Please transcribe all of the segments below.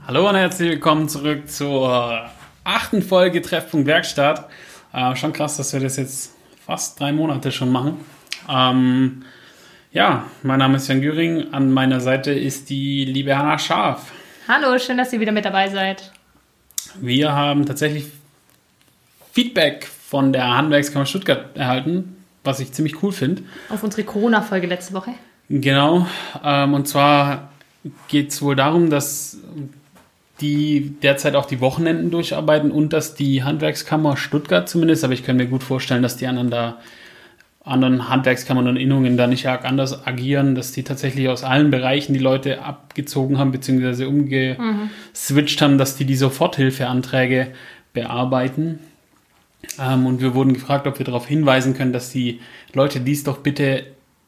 Hallo und herzlich willkommen zurück zur 8. Folge Treffpunkt Werkstatt. Schon krass, dass wir das jetzt fast 3 Monate schon machen. Mein Name ist Jan Göring. An meiner Seite ist die liebe Hanna Scharf. Hallo, schön, dass ihr wieder mit dabei seid. Wir haben tatsächlich Feedback von der Handwerkskammer Stuttgart erhalten, was ich ziemlich cool finde. Auf unsere Corona-Folge letzte Woche. Genau, und zwar geht es wohl darum, dass die derzeit auch die Wochenenden durcharbeiten und dass die Handwerkskammer Stuttgart zumindest, aber ich kann mir gut vorstellen, dass die anderen Handwerkskammern und Innungen da nicht arg anders agieren, dass die tatsächlich aus allen Bereichen die Leute abgezogen haben bzw. umgeswitcht haben, dass die Soforthilfeanträge bearbeiten. Und wir wurden gefragt, ob wir darauf hinweisen können, dass die Leute dies doch bitte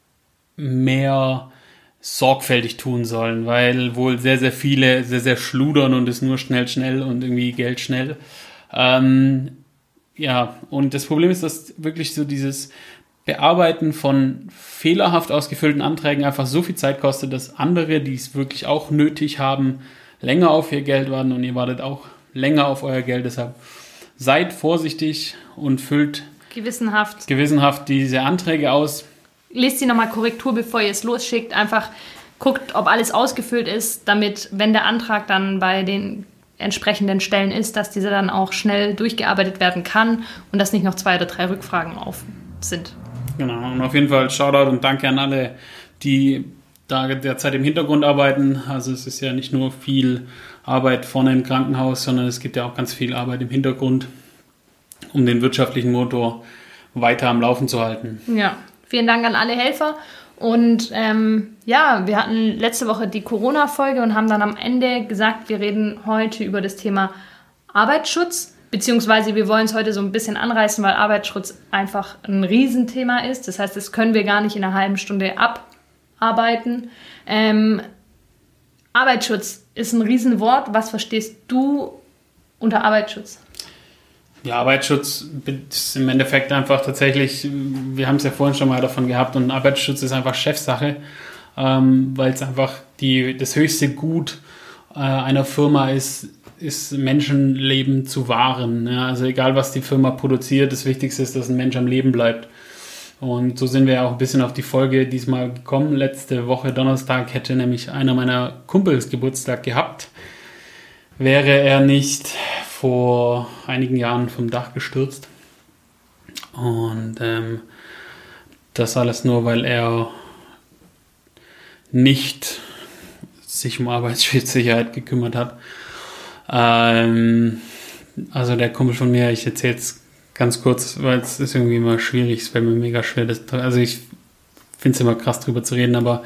mehr sorgfältig tun sollen, weil wohl sehr, sehr viele sehr, sehr schludern und es nur schnell und irgendwie Geld schnell. Und das Problem ist, dass wirklich so dieses Bearbeiten von fehlerhaft ausgefüllten Anträgen einfach so viel Zeit kostet, dass andere, die es wirklich auch nötig haben, länger auf ihr Geld warten und ihr wartet auch länger auf euer Geld. Deshalb seid vorsichtig und füllt gewissenhaft diese Anträge aus. Lest sie nochmal Korrektur, bevor ihr es losschickt. Einfach guckt, ob alles ausgefüllt ist, damit, wenn der Antrag dann bei den entsprechenden Stellen ist, dass dieser dann auch schnell durchgearbeitet werden kann und dass nicht noch 2 oder 3 Rückfragen auf sind. Genau, und auf jeden Fall Shoutout und danke an alle, die da derzeit im Hintergrund arbeiten. Also es ist ja nicht nur viel Arbeit vorne im Krankenhaus, sondern es gibt ja auch ganz viel Arbeit im Hintergrund, um den wirtschaftlichen Motor weiter am Laufen zu halten. Ja. Vielen Dank an alle Helfer. Und wir hatten letzte Woche die Corona-Folge und haben dann am Ende gesagt, wir reden heute über das Thema Arbeitsschutz, beziehungsweise wir wollen es heute so ein bisschen anreißen, weil Arbeitsschutz einfach ein Riesenthema ist. Das heißt, das können wir gar nicht in einer halben Stunde abarbeiten. Arbeitsschutz ist ein Riesenwort. Was verstehst du unter Arbeitsschutz? Ja, Arbeitsschutz ist im Endeffekt einfach tatsächlich, wir haben es ja vorhin schon mal davon gehabt, und Arbeitsschutz ist einfach Chefsache, weil es einfach das höchste Gut einer Firma ist Menschenleben zu wahren. Ja, also egal, was die Firma produziert, das Wichtigste ist, dass ein Mensch am Leben bleibt. Und so sind wir ja auch ein bisschen auf die Folge diesmal gekommen. Letzte Woche Donnerstag hätte nämlich einer meiner Kumpels Geburtstag gehabt. Wäre er nicht vor einigen Jahren vom Dach gestürzt. Und das alles nur, weil er nicht sich um Arbeitssicherheit gekümmert hat. Also der Kumpel von mir, ich erzähle es ganz kurz, weil es ist irgendwie immer schwierig, es wäre mir mega schwer. Ich finde es immer krass drüber zu reden, aber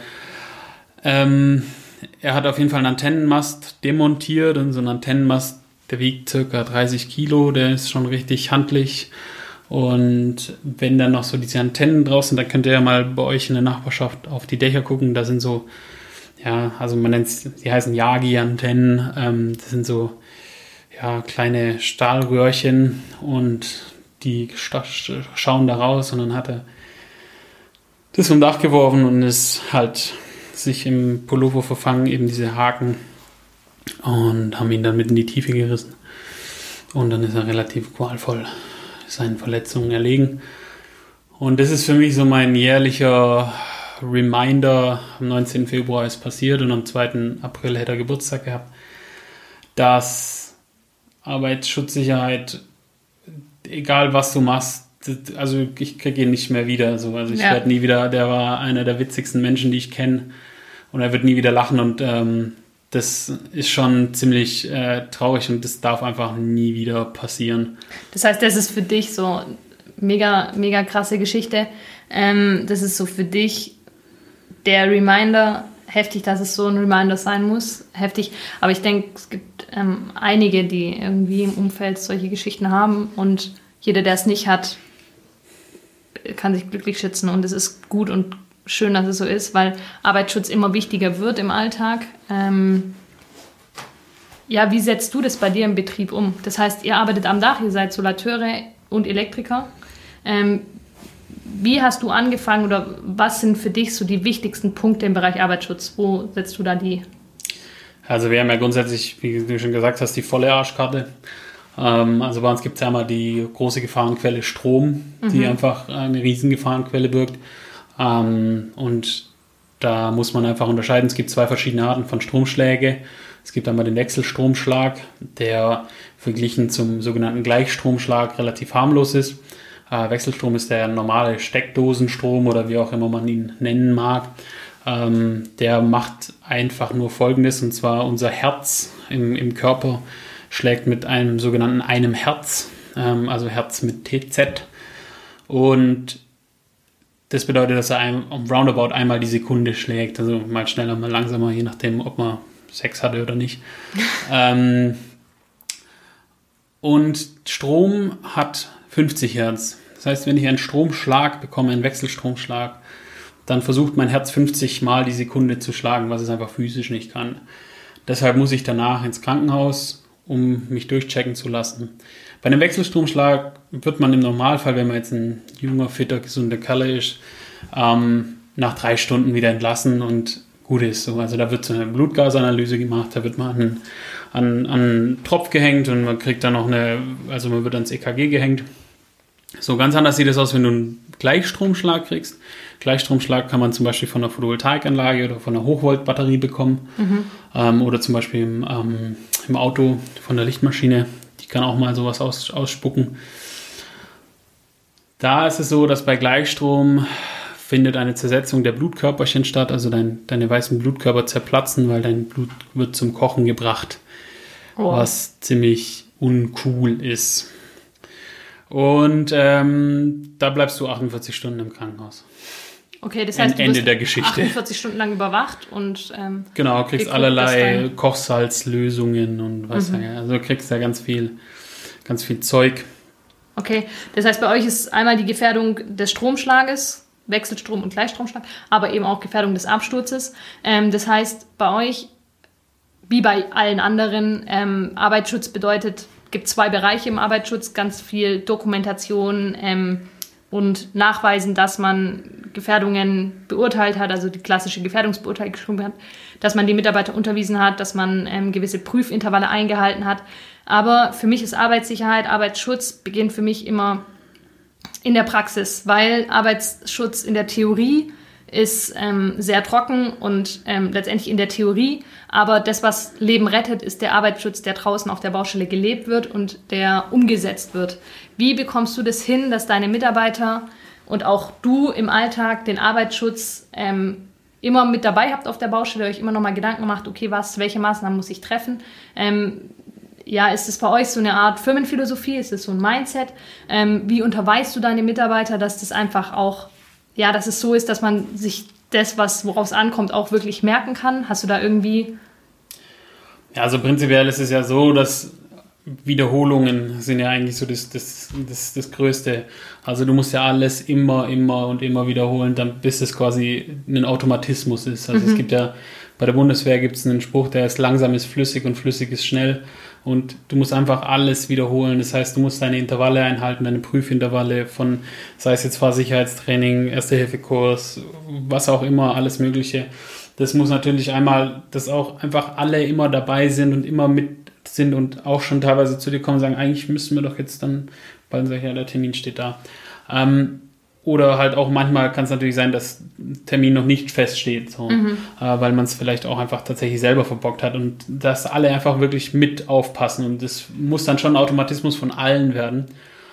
er hat auf jeden Fall einen Antennenmast demontiert, und so ein Antennenmast, der wiegt ca. 30 Kilo, der ist schon richtig handlich. Und wenn dann noch so diese Antennen draußen, dann könnt ihr ja mal bei euch in der Nachbarschaft auf die Dächer gucken, da sind so, also man nennt es, die heißen Yagi-Antennen, das sind so, kleine Stahlröhrchen und die schauen da raus, und dann hat er das vom Dach geworfen und ist halt sich im Pullover verfangen, eben diese Haken, und haben ihn dann mit in die Tiefe gerissen. Und dann ist er relativ qualvoll seinen Verletzungen erlegen. Und das ist für mich so mein jährlicher Reminder. Am 19. Februar ist passiert und am 2. April hätte er Geburtstag gehabt, dass Arbeitsschutzsicherheit, egal was du machst, also ich kriege ihn nicht mehr wieder. Also ich werde nie wieder, der war einer der witzigsten Menschen, die ich kenne, und er wird nie wieder lachen, und das ist schon ziemlich traurig, und das darf einfach nie wieder passieren. Das heißt, das ist für dich so mega, mega krasse Geschichte. Das ist so für dich der Reminder, heftig, dass es so ein Reminder sein muss, heftig. Aber ich denke, es gibt einige, die irgendwie im Umfeld solche Geschichten haben, und jeder, der es nicht hat, kann sich glücklich schätzen, und es ist gut und schön, dass es so ist, weil Arbeitsschutz immer wichtiger wird im Alltag. Wie setzt du das bei dir im Betrieb um? Das heißt, ihr arbeitet am Dach, ihr seid Solateure und Elektriker. Wie hast du angefangen, oder was sind für dich so die wichtigsten Punkte im Bereich Arbeitsschutz? Wo setzt du da die? Also wir haben ja grundsätzlich, wie du schon gesagt hast, die volle Arschkarte. Also bei uns gibt es ja mal die große Gefahrenquelle Strom, die einfach eine riesen Gefahrenquelle birgt. Und da muss man einfach unterscheiden. Es gibt 2 verschiedene Arten von Stromschläge. Es gibt einmal den Wechselstromschlag, der verglichen zum sogenannten Gleichstromschlag relativ harmlos ist. Wechselstrom ist der normale Steckdosenstrom oder wie auch immer man ihn nennen mag. Der macht einfach nur Folgendes, und zwar unser Herz im Körper schlägt mit einem sogenannten einem Herz, also Herz mit TZ. Und das bedeutet, dass er roundabout einmal die Sekunde schlägt, also mal schneller, mal langsamer, je nachdem, ob man Sex hatte oder nicht. Und Strom hat 50 Hertz. Das heißt, wenn ich einen Stromschlag bekomme, einen Wechselstromschlag, dann versucht mein Herz 50 Mal die Sekunde zu schlagen, was es einfach physisch nicht kann. Deshalb muss ich danach ins Krankenhaus, um mich durchchecken zu lassen. Bei einem Wechselstromschlag wird man im Normalfall, wenn man jetzt ein junger, fitter, gesunder Kerl ist, nach 3 Stunden wieder entlassen und gut ist so. Also da wird so eine Blutgasanalyse gemacht, da wird man an einen Tropf gehängt und man kriegt dann noch man wird ans EKG gehängt. So, ganz anders sieht es aus, wenn du einen Gleichstromschlag kriegst. Gleichstromschlag kann man zum Beispiel von einer Photovoltaikanlage oder von einer Hochvoltbatterie bekommen. Oder zum Beispiel im Auto von der Lichtmaschine. Die kann auch mal sowas ausspucken. Da ist es so, dass bei Gleichstrom findet eine Zersetzung der Blutkörperchen statt. Also deine weißen Blutkörper zerplatzen, weil dein Blut wird zum Kochen gebracht. Oh. Was ziemlich uncool ist. Und da bleibst du 48 Stunden im Krankenhaus. Okay, das heißt, Ende der Geschichte. 48 Stunden lang überwacht und genau, kriegst allerlei Kochsalzlösungen und was. Also kriegst da ganz viel Zeug. Okay, das heißt, bei euch ist einmal die Gefährdung des Stromschlages, Wechselstrom und Gleichstromschlag, aber eben auch Gefährdung des Absturzes. Das heißt, bei euch, wie bei allen anderen, Arbeitsschutz bedeutet, gibt 2 Bereiche im Arbeitsschutz, ganz viel Dokumentation und Nachweisen, dass man Gefährdungen beurteilt hat, also die klassische Gefährdungsbeurteilung geschrieben hat, dass man die Mitarbeiter unterwiesen hat, dass man gewisse Prüfintervalle eingehalten hat. Aber für mich ist Arbeitssicherheit, Arbeitsschutz beginnt für mich immer in der Praxis, weil Arbeitsschutz in der Theorie ist sehr trocken und letztendlich in der Theorie, aber das, was Leben rettet, ist der Arbeitsschutz, der draußen auf der Baustelle gelebt wird und der umgesetzt wird. Wie bekommst du das hin, dass deine Mitarbeiter und auch du im Alltag den Arbeitsschutz immer mit dabei habt auf der Baustelle, euch immer noch mal Gedanken macht, okay, welche Maßnahmen muss ich treffen? Ist es bei euch so eine Art Firmenphilosophie? Ist es so ein Mindset? Wie unterweist du deine Mitarbeiter, dass das einfach auch, dass es so ist, dass man sich das, worauf es ankommt, auch wirklich merken kann? Hast du da irgendwie... Ja, also prinzipiell ist es ja so, dass Wiederholungen sind ja eigentlich so das Größte. Also du musst ja alles immer und immer wiederholen, bis es quasi ein Automatismus ist. Also es gibt ja, bei der Bundeswehr gibt es einen Spruch, der ist langsam ist flüssig und flüssig ist schnell. Und du musst einfach alles wiederholen. Das heißt, du musst deine Intervalle einhalten, deine Prüfintervalle sei es jetzt Fahrsicherheitstraining, Erste-Hilfe-Kurs, was auch immer, alles Mögliche. Das muss natürlich einmal, dass auch einfach alle immer dabei sind und immer mit sind und auch schon teilweise zu dir kommen und sagen, eigentlich müssen wir doch jetzt dann, bald sagen, ja, der Termin steht da. Oder halt auch manchmal kann es natürlich sein, dass ein Termin noch nicht feststeht, weil man es vielleicht auch einfach tatsächlich selber verbockt hat und dass alle einfach wirklich mit aufpassen und das muss dann schon ein Automatismus von allen werden.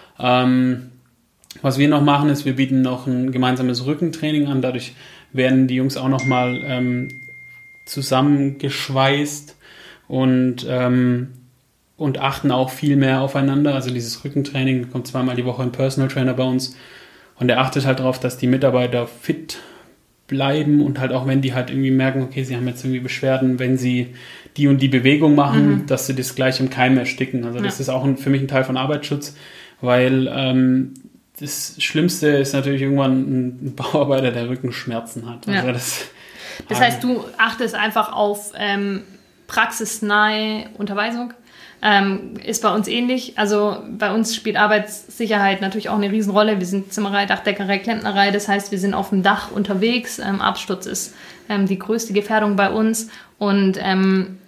Was wir noch machen, ist, wir bieten noch ein gemeinsames Rückentraining an, dadurch werden die Jungs auch nochmal zusammengeschweißt und achten auch viel mehr aufeinander. Also dieses Rückentraining kommt 2-mal die Woche ein Personal Trainer bei uns. Und der achtet halt darauf, dass die Mitarbeiter fit bleiben und halt auch, wenn die halt irgendwie merken, okay, sie haben jetzt irgendwie Beschwerden, wenn sie die und die Bewegung machen, dass sie das gleich im Keim ersticken. Also das ist auch für mich ein Teil von Arbeitsschutz, weil das Schlimmste ist natürlich irgendwann ein Bauarbeiter, der Rückenschmerzen hat. Also das heißt, du achtest einfach auf praxisnahe Unterweisung. Ist bei uns ähnlich. Also bei uns spielt Arbeitssicherheit natürlich auch eine Riesenrolle. Wir sind Zimmerei, Dachdeckerei, Klempnerei. Das heißt, wir sind auf dem Dach unterwegs. Absturz ist die größte Gefährdung bei uns. Und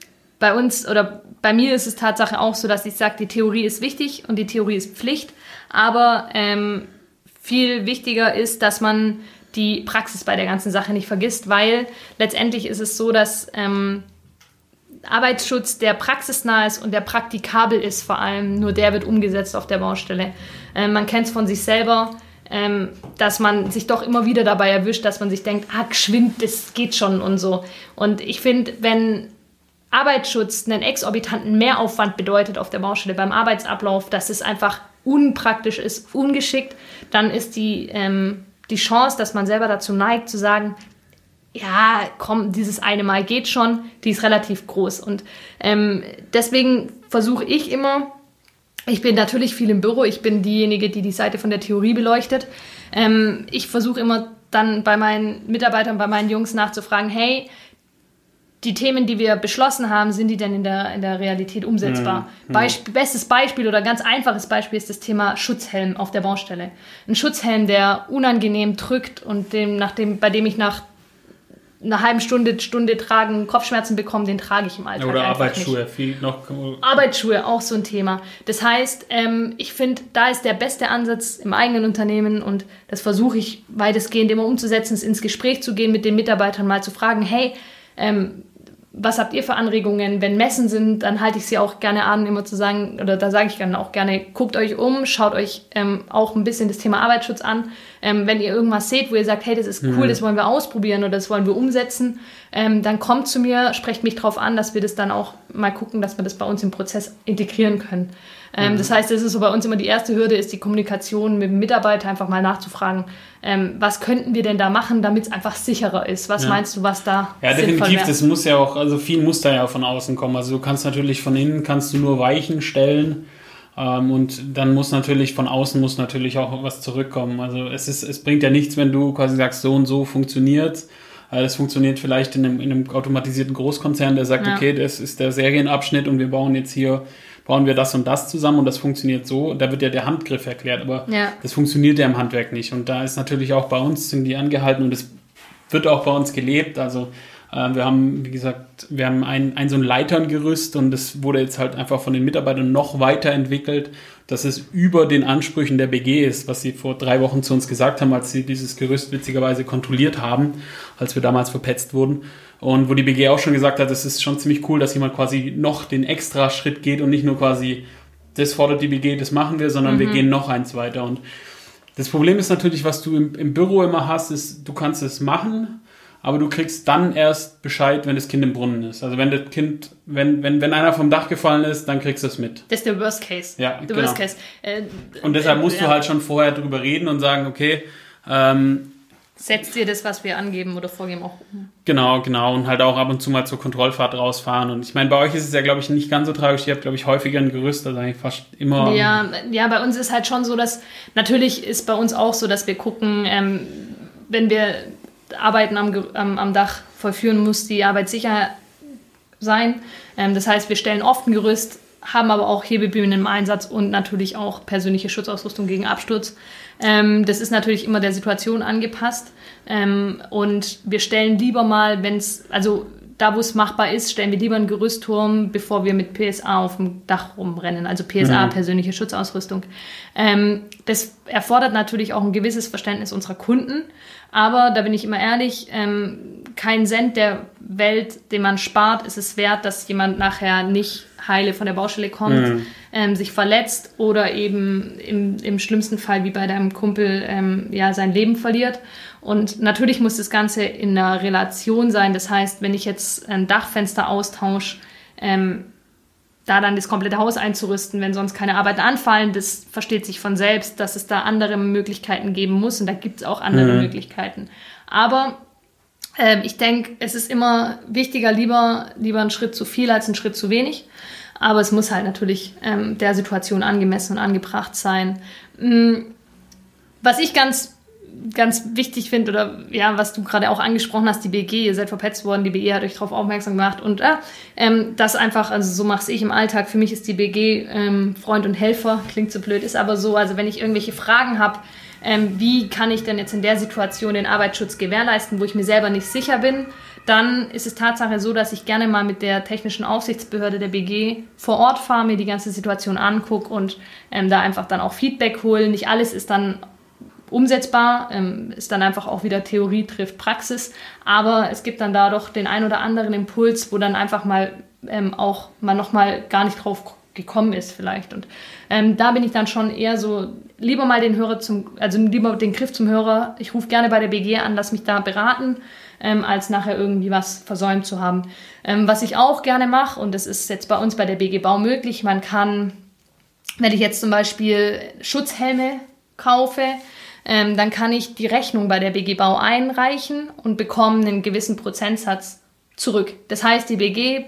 bei uns oder bei mir ist es Tatsache auch so, dass ich sage, die Theorie ist wichtig und die Theorie ist Pflicht, aber viel wichtiger ist, dass man die Praxis bei der ganzen Sache nicht vergisst, weil letztendlich ist es so, dass Arbeitsschutz, der praxisnah ist und der praktikabel ist vor allem, nur der wird umgesetzt auf der Baustelle. Man kennt es von sich selber, dass man sich doch immer wieder dabei erwischt, dass man sich denkt, geschwind, das geht schon und so. Und ich finde, wenn Arbeitsschutz einen exorbitanten Mehraufwand bedeutet auf der Baustelle beim Arbeitsablauf, dass es einfach unpraktisch ist, ungeschickt, dann ist die Chance, dass man selber dazu neigt, zu sagen, ja, komm, dieses eine Mal geht schon, die ist relativ groß. Und deswegen versuche ich immer, ich bin natürlich viel im Büro, ich bin diejenige, die Seite von der Theorie beleuchtet. Ich versuche immer dann bei meinen Mitarbeitern, bei meinen Jungs nachzufragen, hey, die Themen, die wir beschlossen haben, sind die denn in der Realität umsetzbar? Bestes Beispiel oder ganz einfaches Beispiel ist das Thema Schutzhelm auf der Baustelle. Ein Schutzhelm, der unangenehm drückt und bei dem ich nach einer halben Stunde tragen Kopfschmerzen bekomme, den trage ich im Alltag oder einfach Arbeitsschuhe. nicht. Arbeitsschuhe, auch so ein Thema. Das heißt, ich finde, da ist der beste Ansatz im eigenen Unternehmen und das versuche ich weitestgehend immer umzusetzen, ins Gespräch zu gehen mit den Mitarbeitern, mal zu fragen, hey, was habt ihr für Anregungen? Wenn Messen sind, dann halte ich sie auch gerne an, immer zu sagen, oder da sage ich dann auch gerne, guckt euch um, schaut euch auch ein bisschen das Thema Arbeitsschutz an. Wenn ihr irgendwas seht, wo ihr sagt, hey, das ist cool, das wollen wir ausprobieren oder das wollen wir umsetzen, dann kommt zu mir, sprecht mich drauf an, dass wir das dann auch mal gucken, dass wir das bei uns im Prozess integrieren können. Das heißt, das ist so bei uns immer die erste Hürde, ist die Kommunikation mit dem Mitarbeiter, einfach mal nachzufragen, was könnten wir denn da machen, damit es einfach sicherer ist? Was meinst du, was da ja, definitiv, das muss ja auch, also viel muss da ja von außen kommen. Also du kannst natürlich von innen, kannst du nur Weichen stellen und dann muss natürlich von außen auch was zurückkommen. Also es bringt ja nichts, wenn du quasi sagst, so und so funktioniert. Das funktioniert vielleicht in einem automatisierten Großkonzern, der sagt, okay, das ist der Serienabschnitt und wir bauen wir das und das zusammen und das funktioniert so. Da wird ja der Handgriff erklärt, aber das funktioniert ja im Handwerk nicht. Und da ist natürlich auch bei uns, sind die angehalten und es wird auch bei uns gelebt. Also wir haben, wie gesagt, ein so ein Leiterngerüst und das wurde jetzt halt einfach von den Mitarbeitern noch weiterentwickelt, dass es über den Ansprüchen der BG ist, was sie vor 3 Wochen zu uns gesagt haben, als sie dieses Gerüst witzigerweise kontrolliert haben, als wir damals verpetzt wurden. Und wo die BG auch schon gesagt hat, es ist schon ziemlich cool, dass jemand quasi noch den extra Schritt geht und nicht nur quasi, das fordert die BG, das machen wir, sondern wir gehen noch eins weiter. Und das Problem ist natürlich, was du im Büro immer hast, ist, du kannst es machen, aber du kriegst dann erst Bescheid, wenn das Kind im Brunnen ist. Also wenn das Kind, wenn einer vom Dach gefallen ist, dann kriegst du es mit. Das ist der Worst Case. Ja, der Worst Case. Und deshalb musst du halt schon vorher drüber reden und sagen, okay, setzt ihr das, was wir angeben oder vorgeben, auch um? Genau. Und halt auch ab und zu mal zur Kontrollfahrt rausfahren. Und ich meine, bei euch ist es ja, glaube ich, nicht ganz so tragisch. Ihr habt, glaube ich, häufiger ein Gerüst, also eigentlich fast immer. Ja, bei uns ist halt schon so, dass, natürlich ist bei uns auch so, dass wir gucken, wenn wir Arbeiten am Dach vollführen, muss die Arbeit sicher sein. Das heißt, wir stellen oft ein Gerüst, haben aber auch Hebebühnen im Einsatz und natürlich auch persönliche Schutzausrüstung gegen Absturz. Das ist natürlich immer der Situation angepasst. Und wir stellen lieber mal, da wo es machbar ist, stellen wir lieber einen Gerüstturm, bevor wir mit PSA auf dem Dach rumrennen. Also PSA, persönliche Schutzausrüstung. Das erfordert natürlich auch ein gewisses Verständnis unserer Kunden. Aber da bin ich immer ehrlich, kein Cent der Welt, den man spart, ist es wert, dass jemand nachher nicht heile von der Baustelle kommt, sich verletzt oder eben im schlimmsten Fall wie bei deinem Kumpel sein Leben verliert. Und natürlich muss das Ganze in einer Relation sein. Das heißt, wenn ich jetzt ein Dachfenster austausche, da dann das komplette Haus einzurüsten, wenn sonst keine Arbeiten anfallen, das versteht sich von selbst, dass es da andere Möglichkeiten geben muss und da gibt es auch andere Möglichkeiten. Aber ich denke, es ist immer wichtiger, lieber ein Schritt zu viel als ein Schritt zu wenig. Aber es muss halt natürlich der Situation angemessen und angebracht sein. Was ich ganz wichtig finde, oder ja, was du gerade auch angesprochen hast, die BG, ihr seid verpetzt worden, die BG hat euch darauf aufmerksam gemacht und das einfach, also so mache ich im Alltag, für mich ist die BG Freund und Helfer, klingt so blöd, ist aber so, also wenn ich irgendwelche Fragen habe, wie kann ich denn jetzt in der Situation den Arbeitsschutz gewährleisten, wo ich mir selber nicht sicher bin, dann ist es Tatsache so, dass ich gerne mal mit der technischen Aufsichtsbehörde der BG vor Ort fahre, mir die ganze Situation angucke und da einfach dann auch Feedback hole. Nicht alles ist dann umsetzbar, ist dann einfach auch wieder Theorie trifft Praxis, aber es gibt dann da doch den ein oder anderen Impuls, wo dann einfach mal auch man nochmal gar nicht drauf gekommen ist vielleicht. Und da bin ich dann schon eher so, lieber mal lieber den Griff zum Hörer, ich rufe gerne bei der BG an, lass mich da beraten, als nachher irgendwie was versäumt zu haben. Was ich auch gerne mache, und das ist jetzt bei uns bei der BG Bau möglich, man kann, wenn ich jetzt zum Beispiel Schutzhelme kaufe, dann kann ich die Rechnung bei der BG Bau einreichen und bekomme einen gewissen Prozentsatz zurück. Das heißt, die BG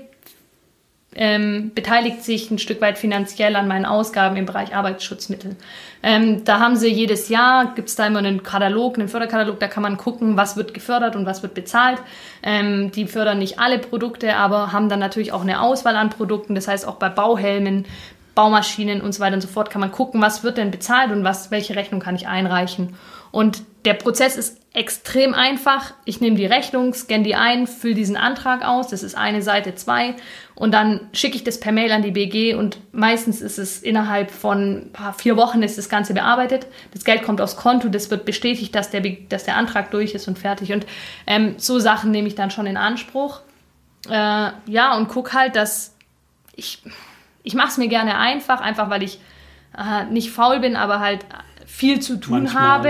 beteiligt sich ein Stück weit finanziell an meinen Ausgaben im Bereich Arbeitsschutzmittel. Da haben sie jedes Jahr, gibt es da immer einen Förderkatalog, da kann man gucken, was wird gefördert und was wird bezahlt. Die fördern nicht alle Produkte, aber haben dann natürlich auch eine Auswahl an Produkten. Das heißt, auch bei Bauhelmen, Baumaschinen und so weiter und so fort kann man gucken, was wird denn bezahlt und welche Rechnung kann ich einreichen. Und der Prozess ist extrem einfach. Ich nehme die Rechnung, scanne die ein, fülle diesen Antrag aus. Das ist eine Seite 2. Und dann schicke ich das per Mail an die BG und meistens ist es innerhalb von 4 Wochen ist das Ganze bearbeitet. Das Geld kommt aufs Konto, das wird bestätigt, dass der Antrag durch ist und fertig. Und so Sachen nehme ich dann schon in Anspruch. Und gucke halt, dass ich mache es mir gerne einfach weil ich nicht faul bin, aber halt viel zu tun habe,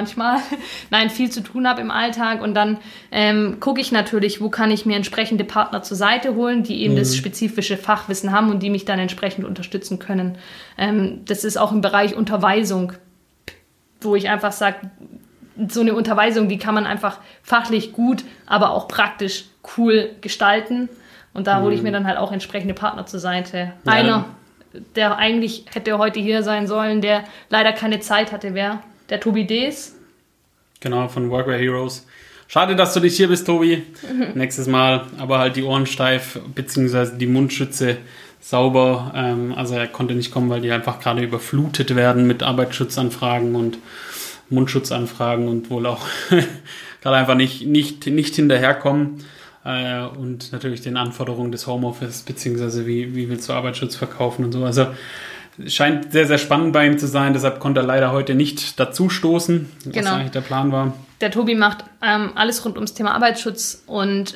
viel zu tun habe im Alltag und dann gucke ich natürlich, wo kann ich mir entsprechende Partner zur Seite holen, die eben das spezifische Fachwissen haben und die mich dann entsprechend unterstützen können. Das ist auch im Bereich Unterweisung, wo ich einfach sage, so eine Unterweisung, die kann man einfach fachlich gut, aber auch praktisch cool gestalten und da hole ich mir dann halt auch entsprechende Partner zur Seite. Ja. Einer, der eigentlich hätte heute hier sein sollen, der leider keine Zeit hatte, wäre der Tobi Dees. Genau, von Workwear Heroes. Schade, dass du nicht hier bist, Tobi. Nächstes Mal, aber halt die Ohren steif, beziehungsweise die Mundschütze sauber. Also er konnte nicht kommen, weil die einfach gerade überflutet werden mit Arbeitsschutzanfragen und Mundschutzanfragen und wohl auch gerade einfach nicht hinterherkommen. Und natürlich den Anforderungen des Homeoffice, beziehungsweise wie willst du Arbeitsschutz verkaufen und so. Also scheint sehr, sehr spannend bei ihm zu sein, deshalb konnte er leider heute nicht dazu stoßen, was eigentlich der Plan war. Der Tobi macht alles rund ums Thema Arbeitsschutz und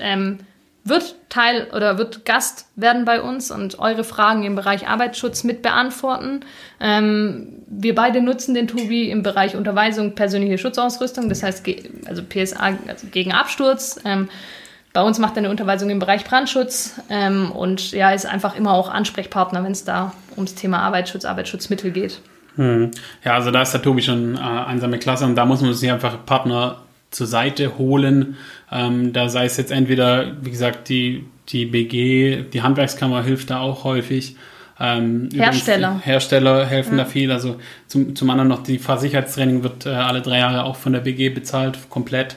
wird Gast werden bei uns und eure Fragen im Bereich Arbeitsschutz mit beantworten. Wir beide nutzen den Tobi im Bereich Unterweisung, persönliche Schutzausrüstung, das heißt also PSA, also gegen Absturz. Bei uns macht er eine Unterweisung im Bereich Brandschutz und ist einfach immer auch Ansprechpartner, wenn es da ums Thema Arbeitsschutz, Arbeitsschutzmittel geht. Ja, also da ist der Tobi schon einsame Klasse und da muss man sich einfach Partner zur Seite holen. Da sei es jetzt entweder, wie gesagt, die BG, die Handwerkskammer hilft da auch häufig. Hersteller helfen da viel. Also zum anderen noch die Fahrsicherheitstraining wird alle 3 Jahre auch von der BG bezahlt, komplett.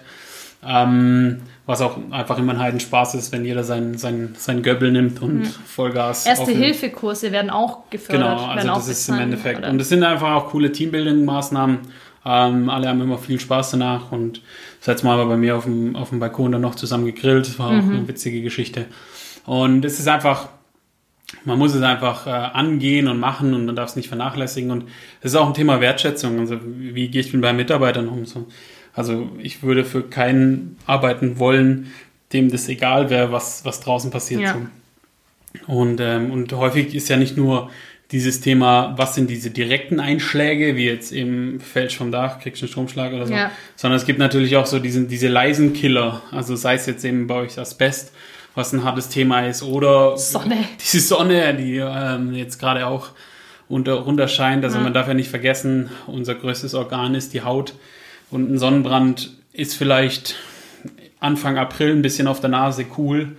Was auch einfach immer ein Heidenspaß ist, wenn jeder sein Göbbel nimmt und Vollgas. Erste-Hilfe-Kurse werden auch gefördert. Genau, also das ist im Endeffekt. Oder? Und es sind einfach auch coole Teambuilding-Maßnahmen. Alle haben immer viel Spaß danach und das letzte Mal war bei mir auf dem Balkon dann noch zusammen gegrillt. Das war auch eine witzige Geschichte. Und es ist einfach, man muss es einfach angehen und machen und man darf es nicht vernachlässigen. Und es ist auch ein Thema Wertschätzung. Also wie gehe ich mit meinen Mitarbeitern um? So. Also ich würde für keinen arbeiten wollen, dem das egal wäre, was draußen passiert. Ja. So. Und häufig ist ja nicht nur dieses Thema, was sind diese direkten Einschläge, wie jetzt eben fällst vom Dach, kriegst einen Stromschlag oder so, sondern es gibt natürlich auch so diese leisen Killer, also sei es jetzt eben bei euch Asbest, was ein hartes Thema ist, oder diese Sonne, die jetzt gerade auch runter scheint. Also man darf ja nicht vergessen, unser größtes Organ ist die Haut. Und ein Sonnenbrand ist vielleicht Anfang April ein bisschen auf der Nase cool.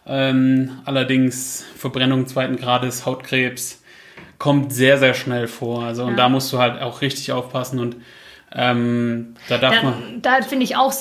Allerdings Verbrennung 2. Grades, Hautkrebs kommt sehr, sehr schnell vor. Also und da musst du halt auch richtig aufpassen. Und da darf man... Da finde ich auch,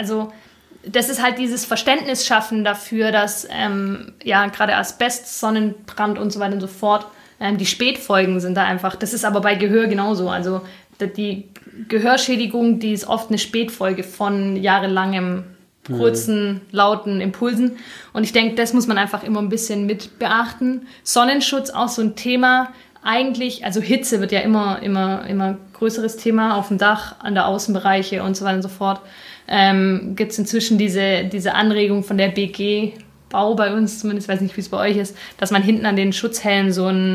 das ist halt dieses Verständnis schaffen dafür, dass gerade Asbest, Sonnenbrand und so weiter und so fort, die Spätfolgen sind da einfach. Das ist aber bei Gehör genauso. Also die Gehörschädigung, die ist oft eine Spätfolge von jahrelangem kurzen, lauten Impulsen. Und ich denke, das muss man einfach immer ein bisschen mit beachten. Sonnenschutz auch so ein Thema. Eigentlich, also Hitze wird ja immer größeres Thema auf dem Dach, an der Außenbereiche und so weiter und so fort. Gibt es inzwischen diese Anregung von der BG Bau bei uns, zumindest weiß nicht, wie es bei euch ist, dass man hinten an den Schutzhellen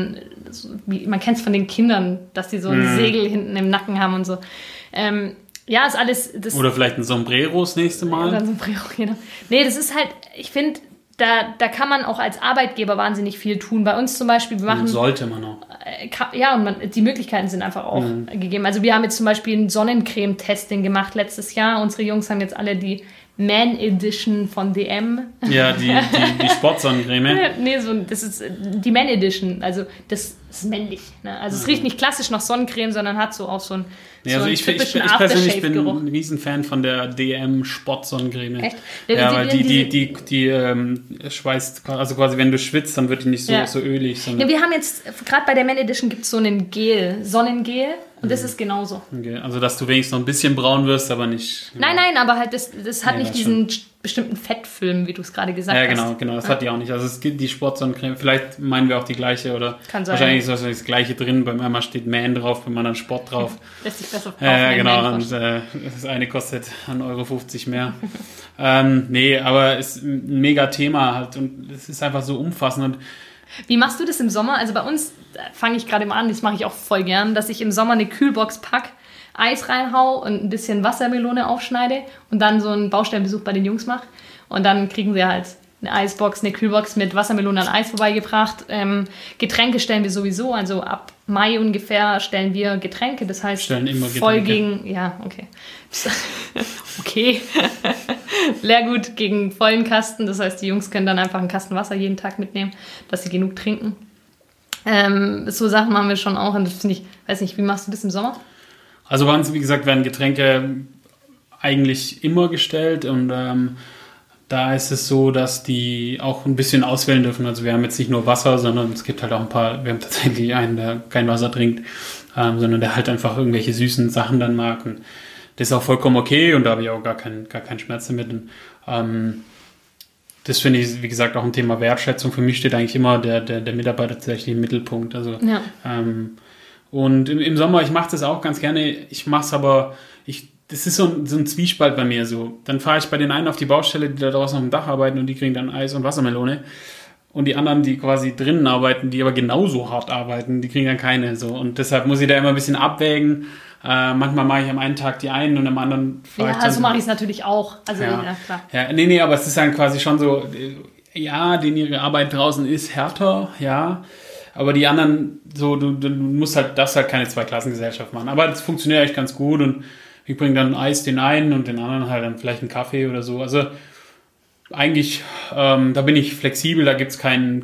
man kennt es von den Kindern, dass die so ein Segel hinten im Nacken haben und so. Ja, ist alles... Oder vielleicht ein Sombrero das nächste Mal. Oder ein Sombrero, genau. Nee, das ist halt, ich finde, da kann man auch als Arbeitgeber wahnsinnig viel tun. Bei uns zum Beispiel, wir machen... Und sollte man auch. Ja, und die Möglichkeiten sind einfach auch gegeben. Also wir haben jetzt zum Beispiel ein Sonnencreme-Testing gemacht letztes Jahr. Unsere Jungs haben jetzt alle die Man Edition von DM. Ja, die Sportsonnencreme. Nee, das ist die Man Edition. Also das ist männlich. Ne? Also es riecht nicht klassisch nach Sonnencreme, sondern hat so auch so einen ich persönlich bin ein Riesenfan von der DM Sportsonnencreme. Echt? Ja, weil die schweißt, also quasi wenn du schwitzt, dann wird die nicht so ölig. Ja, wir haben jetzt, gerade bei der Man Edition gibt es so einen Sonnengel. Und das ist genauso. Okay, also dass du wenigstens noch ein bisschen braun wirst, aber nicht... Nein, aber halt das hat nicht diesen bestimmten Fettfilm, wie du es gerade gesagt hast. Ja, genau, das hat die auch nicht. Also es gibt die Sportsonnencreme, vielleicht meinen wir auch die gleiche oder kann sein. Wahrscheinlich ist das Gleiche drin. Beim einmal steht Man drauf, beim anderen Sport drauf. Lässt sich besser kaufen. Ja, genau, und das eine kostet 1,50 € mehr. Nee, aber es ist ein mega Thema halt und es ist einfach so umfassend und wie machst du das im Sommer? Also bei uns fange ich gerade mal an, das mache ich auch voll gern, dass ich im Sommer eine Kühlbox packe, Eis reinhau und ein bisschen Wassermelone aufschneide und dann so einen Baustellenbesuch bei den Jungs mache. Und dann kriegen sie halt eine Eisbox, eine Kühlbox mit Wassermelone an Eis vorbeigebracht. Getränke stellen wir sowieso, also ab Mai ungefähr stellen wir Getränke, das heißt stellen immer voll Getränke. Ja, okay. Okay. Leergut gegen vollen Kasten, das heißt, die Jungs können dann einfach einen Kasten Wasser jeden Tag mitnehmen, dass sie genug trinken. So Sachen machen wir schon auch und das finde ich, weiß nicht, wie machst du das im Sommer? Also bei uns, wie gesagt, werden Getränke eigentlich immer gestellt und da ist es so, dass die auch ein bisschen auswählen dürfen. Also wir haben jetzt nicht nur Wasser, sondern es gibt halt auch wir haben tatsächlich einen, der kein Wasser trinkt, sondern der halt einfach irgendwelche süßen Sachen dann mag. Und das ist auch vollkommen okay und da habe ich auch gar keinen Schmerz damit. Und, das finde ich, wie gesagt, auch ein Thema Wertschätzung. Für mich steht eigentlich immer der Mitarbeiter tatsächlich im Mittelpunkt. Also, ja. Und im Sommer, ich mache das auch ganz gerne. Ich mache es aber, das ist so ein Zwiespalt bei mir. So. Dann fahre ich bei den einen auf die Baustelle, die da draußen auf dem Dach arbeiten und die kriegen dann Eis und Wassermelone. Und die anderen, die quasi drinnen arbeiten, die aber genauso hart arbeiten, die kriegen dann keine. So. Und deshalb muss ich da immer ein bisschen abwägen. Manchmal mache ich am einen Tag die einen und am anderen fahre ich dann... Ja, so mache ich es natürlich auch. Also, ja klar. Ja, nee, aber es ist dann quasi schon so, ja, denen ihre Arbeit draußen ist härter, ja. Aber die anderen, so, du musst halt, darfst halt keine Zweiklassengesellschaft machen. Aber das funktioniert eigentlich ganz gut und ich bringe dann Eis den einen und den anderen halt dann vielleicht einen Kaffee oder so. Also eigentlich, da bin ich flexibel, da gibt es keine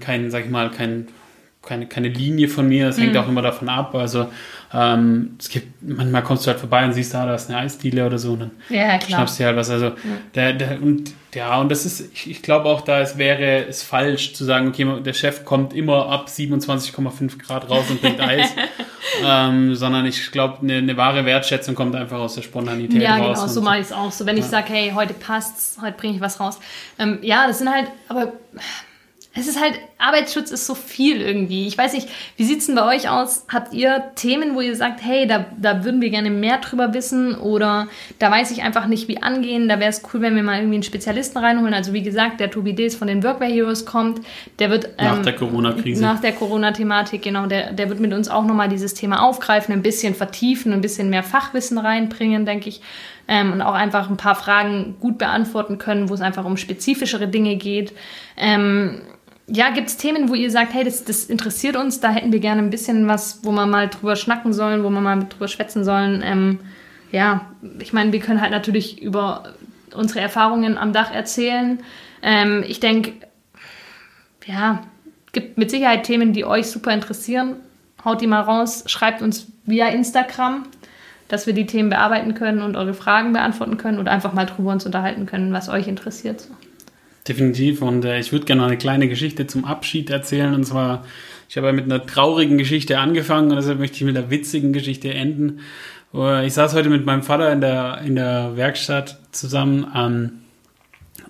Linie von mir, das hängt auch immer davon ab. Also es gibt, manchmal kommst du halt vorbei und siehst, da ist eine Eisdiele oder so und dann schnappst du halt was. Also und das ist, ich glaube auch, wäre es falsch zu sagen, okay, der Chef kommt immer ab 27,5 Grad raus und bringt Eis, sondern ich glaube, eine wahre Wertschätzung kommt einfach aus der Spontanität raus. Ja, genau, so mache ich es auch. So, wenn ich sage, hey, heute passt's, heute bringe ich was raus. Ja, das sind halt, aber es ist halt, Arbeitsschutz ist so viel irgendwie. Ich weiß nicht, wie sieht es denn bei euch aus? Habt ihr Themen, wo ihr sagt, hey, da würden wir gerne mehr drüber wissen oder da weiß ich einfach nicht, wie angehen, da wäre es cool, wenn wir mal irgendwie einen Spezialisten reinholen. Also wie gesagt, der Tobi Dees von den Workwear Heroes kommt, der wird... nach der Corona-Krise. Nach der Corona-Thematik, genau. Der wird mit uns auch nochmal dieses Thema aufgreifen, ein bisschen vertiefen, ein bisschen mehr Fachwissen reinbringen, denke ich. Und auch einfach ein paar Fragen gut beantworten können, wo es einfach um spezifischere Dinge geht. Ja, gibt es Themen, wo ihr sagt, hey, das interessiert uns, da hätten wir gerne ein bisschen was, wo wir mal drüber schnacken sollen, wo wir mal drüber schwätzen sollen. Ja, ich meine, wir können halt natürlich über unsere Erfahrungen am Dach erzählen. Ich denke, ja, gibt mit Sicherheit Themen, die euch super interessieren. Haut die mal raus, schreibt uns via Instagram, dass wir die Themen bearbeiten können und eure Fragen beantworten können oder einfach mal drüber uns unterhalten können, was euch interessiert. So. Definitiv und ich würde gerne noch eine kleine Geschichte zum Abschied erzählen und zwar, ich habe ja mit einer traurigen Geschichte angefangen und deshalb möchte ich mit einer witzigen Geschichte enden. Ich saß heute mit meinem Vater in der Werkstatt zusammen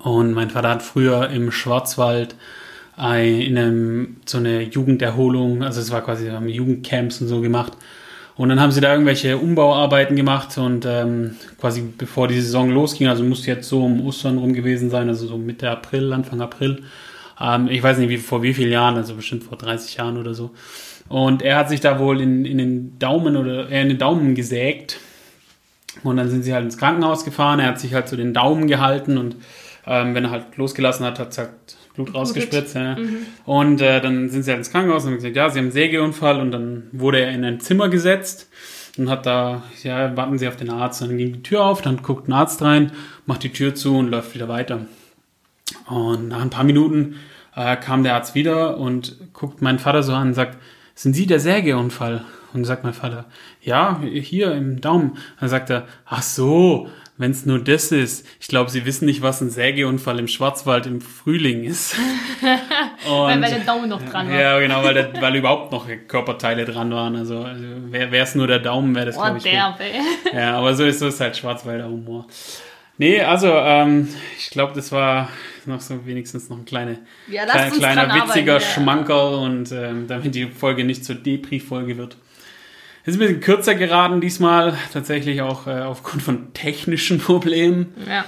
Und mein Vater hat früher im Schwarzwald so eine Jugenderholung, also es war quasi, haben Jugendcamps und so gemacht. Und dann haben sie da irgendwelche Umbauarbeiten gemacht und quasi bevor die Saison losging, also musste jetzt so um Ostern rum gewesen sein, also so Mitte April, Anfang April. Ich weiß nicht, vor wie vielen Jahren, also bestimmt vor 30 Jahren oder so. Und er hat sich da wohl in den Daumen gesägt. Und dann sind sie halt ins Krankenhaus gefahren. Er hat sich halt so den Daumen gehalten und wenn er halt losgelassen hat, hat es halt Blut rausgespritzt. Ja. Und dann sind sie halt ins Krankenhaus und haben gesagt, ja, sie haben einen Sägeunfall. Und dann wurde er in ein Zimmer gesetzt und hat da, ja, warten sie auf den Arzt. Und dann ging die Tür auf, dann guckt ein Arzt rein, macht die Tür zu und läuft wieder weiter. Und nach ein paar Minuten kam der Arzt wieder und guckt meinen Vater so an und sagt, sind Sie der Sägeunfall? Und sagt mein Vater, ja, hier im Daumen. Dann sagt er, ach so, wenn es nur das ist. Ich glaube, Sie wissen nicht, was ein Sägeunfall im Schwarzwald im Frühling ist. Weil der Daumen noch dran war. Ja, genau, weil überhaupt noch Körperteile dran waren. Also wäre es nur der Daumen, wäre das, glaube ich. Ja, aber so ist halt Schwarzwälder Humor. Nee, also ich glaube, das war noch so wenigstens noch ein kleiner witziger Schmankerl und damit die Folge nicht zur Depri-Folge wird. Ist ein bisschen kürzer geraten diesmal, tatsächlich auch aufgrund von technischen Problemen. Ja.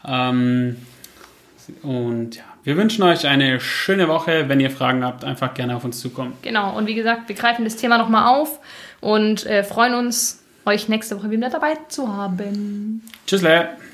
Und ja, wir wünschen euch eine schöne Woche. Wenn ihr Fragen habt, einfach gerne auf uns zukommen. Genau, und wie gesagt, wir greifen das Thema nochmal auf und freuen uns, euch nächste Woche wieder dabei zu haben. Tschüssle.